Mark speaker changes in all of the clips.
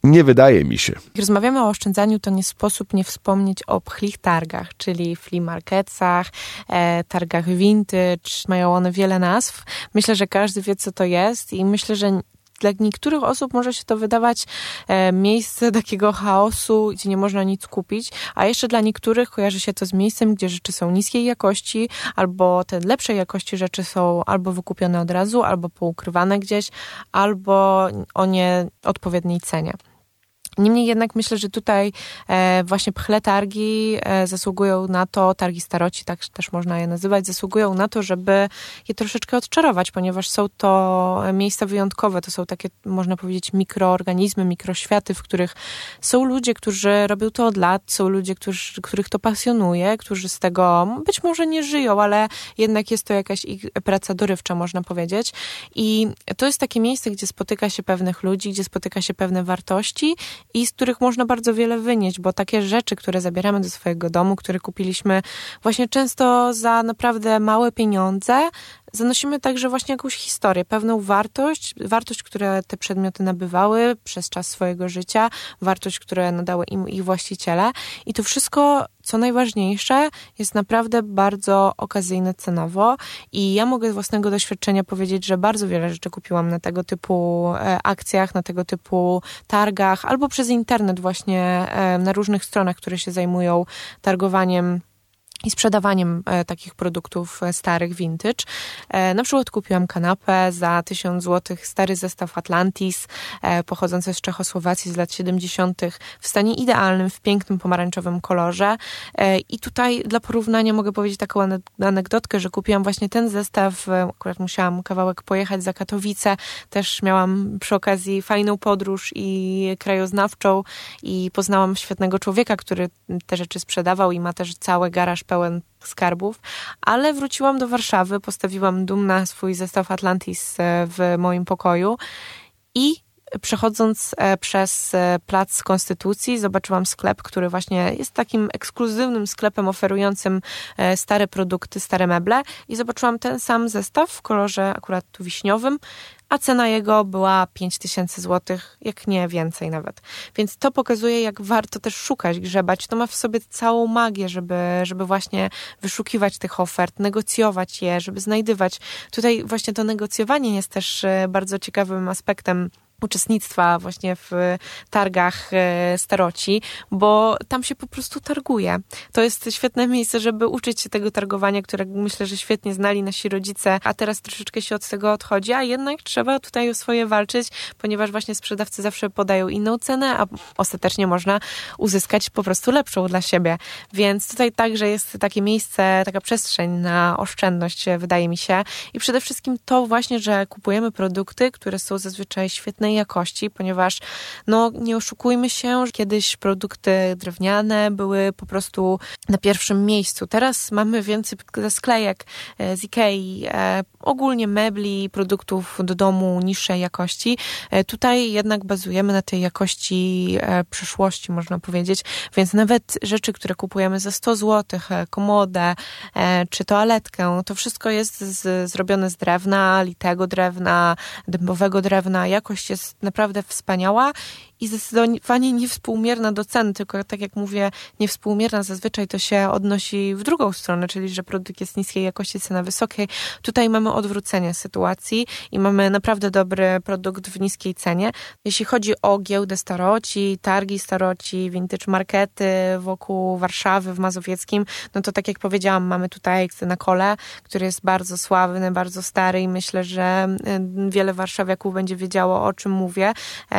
Speaker 1: Nie wydaje mi się.
Speaker 2: Jak rozmawiamy o oszczędzaniu, to nie sposób nie wspomnieć o pchlich targach, czyli flea marketsach, targach vintage. Mają one wiele nazw. Myślę, że każdy wie, co to jest i myślę, że dla niektórych osób może się to wydawać miejsce takiego chaosu, gdzie nie można nic kupić, a jeszcze dla niektórych kojarzy się to z miejscem, gdzie rzeczy są niskiej jakości, albo te lepszej jakości rzeczy są albo wykupione od razu, albo poukrywane gdzieś, albo o nieodpowiedniej cenie. Niemniej jednak myślę, że tutaj właśnie pchle targi zasługują na to, targi staroci, tak też można je nazywać, zasługują na to, żeby je troszeczkę odczarować, ponieważ są to miejsca wyjątkowe, to są takie, można powiedzieć, mikroorganizmy, mikroświaty, w których są ludzie, którzy robią to od lat, są ludzie, których to pasjonuje, którzy z tego być może nie żyją, ale jednak jest to jakaś ich praca dorywcza, można powiedzieć. I to jest takie miejsce, gdzie spotyka się pewnych ludzi, gdzie spotyka się pewne wartości i z których można bardzo wiele wynieść, bo takie rzeczy, które zabieramy do swojego domu, które kupiliśmy właśnie często za naprawdę małe pieniądze, zanosimy także właśnie jakąś historię, pewną wartość, które te przedmioty nabywały przez czas swojego życia, wartość, które nadały im ich właściciele i to wszystko, co najważniejsze, jest naprawdę bardzo okazyjne cenowo i ja mogę z własnego doświadczenia powiedzieć, że bardzo wiele rzeczy kupiłam na tego typu akcjach, na tego typu targach albo przez internet właśnie na różnych stronach, które się zajmują targowaniem i sprzedawaniem takich produktów starych, vintage. Na przykład kupiłam kanapę za 1000 zł, stary zestaw Atlantis, pochodzący z Czechosłowacji z lat 70. w stanie idealnym, w pięknym pomarańczowym kolorze. I tutaj dla porównania mogę powiedzieć taką anegdotkę, że kupiłam właśnie ten zestaw, akurat musiałam kawałek pojechać za Katowice, też miałam przy okazji fajną podróż i krajoznawczą i poznałam świetnego człowieka, który te rzeczy sprzedawał i ma też cały garaż pełen skarbów, ale wróciłam do Warszawy, postawiłam dumna swój zestaw Atlantis w moim pokoju i przechodząc przez Plac Konstytucji zobaczyłam sklep, który właśnie jest takim ekskluzywnym sklepem oferującym stare produkty, stare meble i zobaczyłam ten sam zestaw w kolorze akurat tu wiśniowym, a cena jego była 5000 zł, jak nie więcej nawet. Więc to pokazuje, jak warto też szukać, grzebać. To ma w sobie całą magię, żeby właśnie wyszukiwać tych ofert, negocjować je, żeby znajdywać. Tutaj właśnie to negocjowanie jest też bardzo ciekawym aspektem uczestnictwa właśnie w targach staroci, bo tam się po prostu targuje. To jest świetne miejsce, żeby uczyć się tego targowania, które myślę, że świetnie znali nasi rodzice, a teraz troszeczkę się od tego odchodzi, a jednak trzeba tutaj o swoje walczyć, ponieważ właśnie sprzedawcy zawsze podają inną cenę, a ostatecznie można uzyskać po prostu lepszą dla siebie. Więc tutaj także jest takie miejsce, taka przestrzeń na oszczędność, wydaje mi się. I przede wszystkim to właśnie, że kupujemy produkty, które są zazwyczaj świetnej jakości, ponieważ nie oszukujmy się, że kiedyś produkty drewniane były po prostu na pierwszym miejscu. Teraz mamy więcej sklejek z Ikei, ogólnie mebli, produktów do domu niższej jakości. Tutaj jednak bazujemy na tej jakości przyszłości, można powiedzieć, więc nawet rzeczy, które kupujemy za 100 zł, komodę czy toaletkę, to wszystko jest zrobione z drewna, litego drewna, dębowego drewna. Jakość jest naprawdę wspaniała i zdecydowanie niewspółmierna do cen, tylko tak jak mówię, niewspółmierna zazwyczaj to się odnosi w drugą stronę, czyli że produkt jest niskiej jakości, cena wysokiej. Tutaj mamy odwrócenie sytuacji i mamy naprawdę dobry produkt w niskiej cenie. Jeśli chodzi o giełdę staroci, targi staroci, vintage markety wokół Warszawy w Mazowieckim, to tak jak powiedziałam, mamy tutaj Cenacole, który jest bardzo sławny, bardzo stary i myślę, że wiele warszawiaków będzie wiedziało, o czym mówię.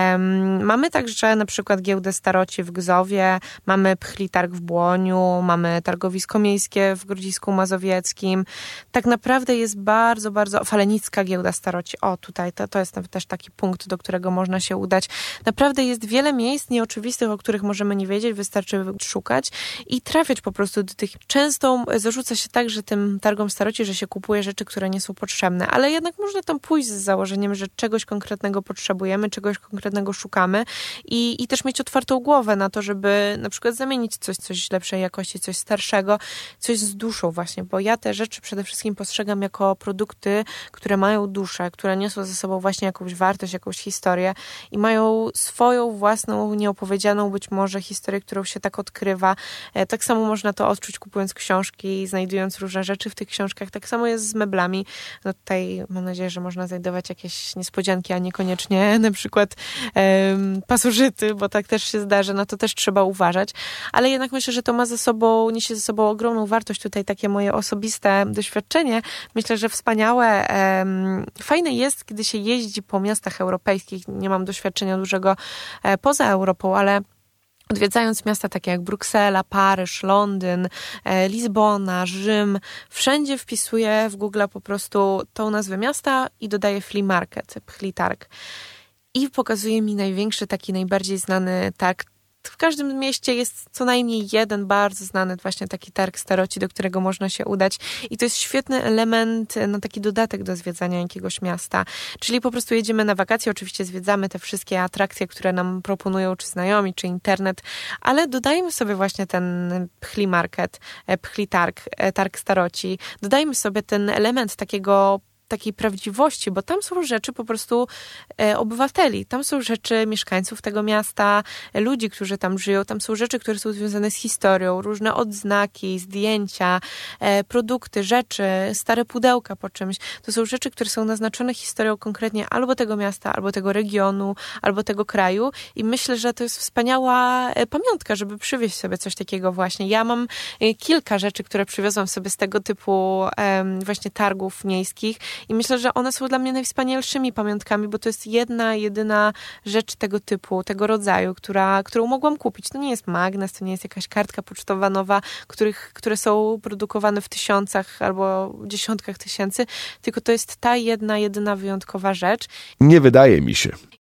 Speaker 2: Mamy także na przykład giełdę staroci w Gzowie, mamy pchli targ w Błoniu, mamy targowisko miejskie w Grodzisku Mazowieckim. Tak naprawdę jest bardzo, bardzo Falenicka giełda staroci. Tutaj to jest też taki punkt, do którego można się udać. Naprawdę jest wiele miejsc nieoczywistych, o których możemy nie wiedzieć, wystarczy szukać i trafiać po prostu do tych. Często zarzuca się tak, że tym targom staroci, że się kupuje rzeczy, które nie są potrzebne, ale jednak można tam pójść z założeniem, że czegoś konkretnego potrzebujemy, czegoś konkretnego szukamy i też mieć otwartą głowę na to, żeby na przykład zamienić coś lepszej jakości, coś starszego, coś z duszą właśnie, bo ja te rzeczy przede wszystkim postrzegam jako produkty, które mają duszę, które niosą ze sobą właśnie jakąś wartość, jakąś historię i mają swoją własną, nieopowiedzianą być może historię, którą się tak odkrywa. Tak samo można to odczuć kupując książki, znajdując różne rzeczy w tych książkach. Tak samo jest z meblami. No tutaj mam nadzieję, że można znajdować jakieś niespodzianki, a niekoniecznie na przykład pasożyty, bo tak też się zdarza, na to też trzeba uważać. Ale jednak myślę, że to niesie ze sobą ogromną wartość. Tutaj takie moje osobiste doświadczenie. Myślę, że wspaniałe. Fajne jest, kiedy się jeździ po miastach europejskich. Nie mam doświadczenia dużego poza Europą, ale odwiedzając miasta takie jak Bruksela, Paryż, Londyn, Lizbona, Rzym, wszędzie wpisuję w Google po prostu tą nazwę miasta i dodaję flea market, pchlitarg. I pokazuje mi największy, taki najbardziej znany targ. W każdym mieście jest co najmniej jeden bardzo znany właśnie taki targ staroci, do którego można się udać i to jest świetny element, no taki dodatek do zwiedzania jakiegoś miasta. Czyli po prostu jedziemy na wakacje, oczywiście zwiedzamy te wszystkie atrakcje, które nam proponują czy znajomi, czy internet, ale dodajmy sobie właśnie ten pchli market, pchli targ, targ staroci, dodajmy sobie ten element takiej prawdziwości, bo tam są rzeczy po prostu obywateli, tam są rzeczy mieszkańców tego miasta, ludzi, którzy tam żyją, tam są rzeczy, które są związane z historią, różne odznaki, zdjęcia, produkty, rzeczy, stare pudełka po czymś. To są rzeczy, które są naznaczone historią konkretnie albo tego miasta, albo tego regionu, albo tego kraju i myślę, że to jest wspaniała pamiątka, żeby przywieźć sobie coś takiego właśnie. Ja mam kilka rzeczy, które przywiozłam sobie z tego typu właśnie targów miejskich i myślę, że one są dla mnie najwspanialszymi pamiątkami, bo to jest jedyna rzecz tego typu, tego rodzaju, którą mogłam kupić. To nie jest magnes, to nie jest jakaś kartka pocztowa nowa, które są produkowane w tysiącach albo dziesiątkach tysięcy, tylko to jest ta jedyna wyjątkowa rzecz.
Speaker 1: Nie wydaje mi się.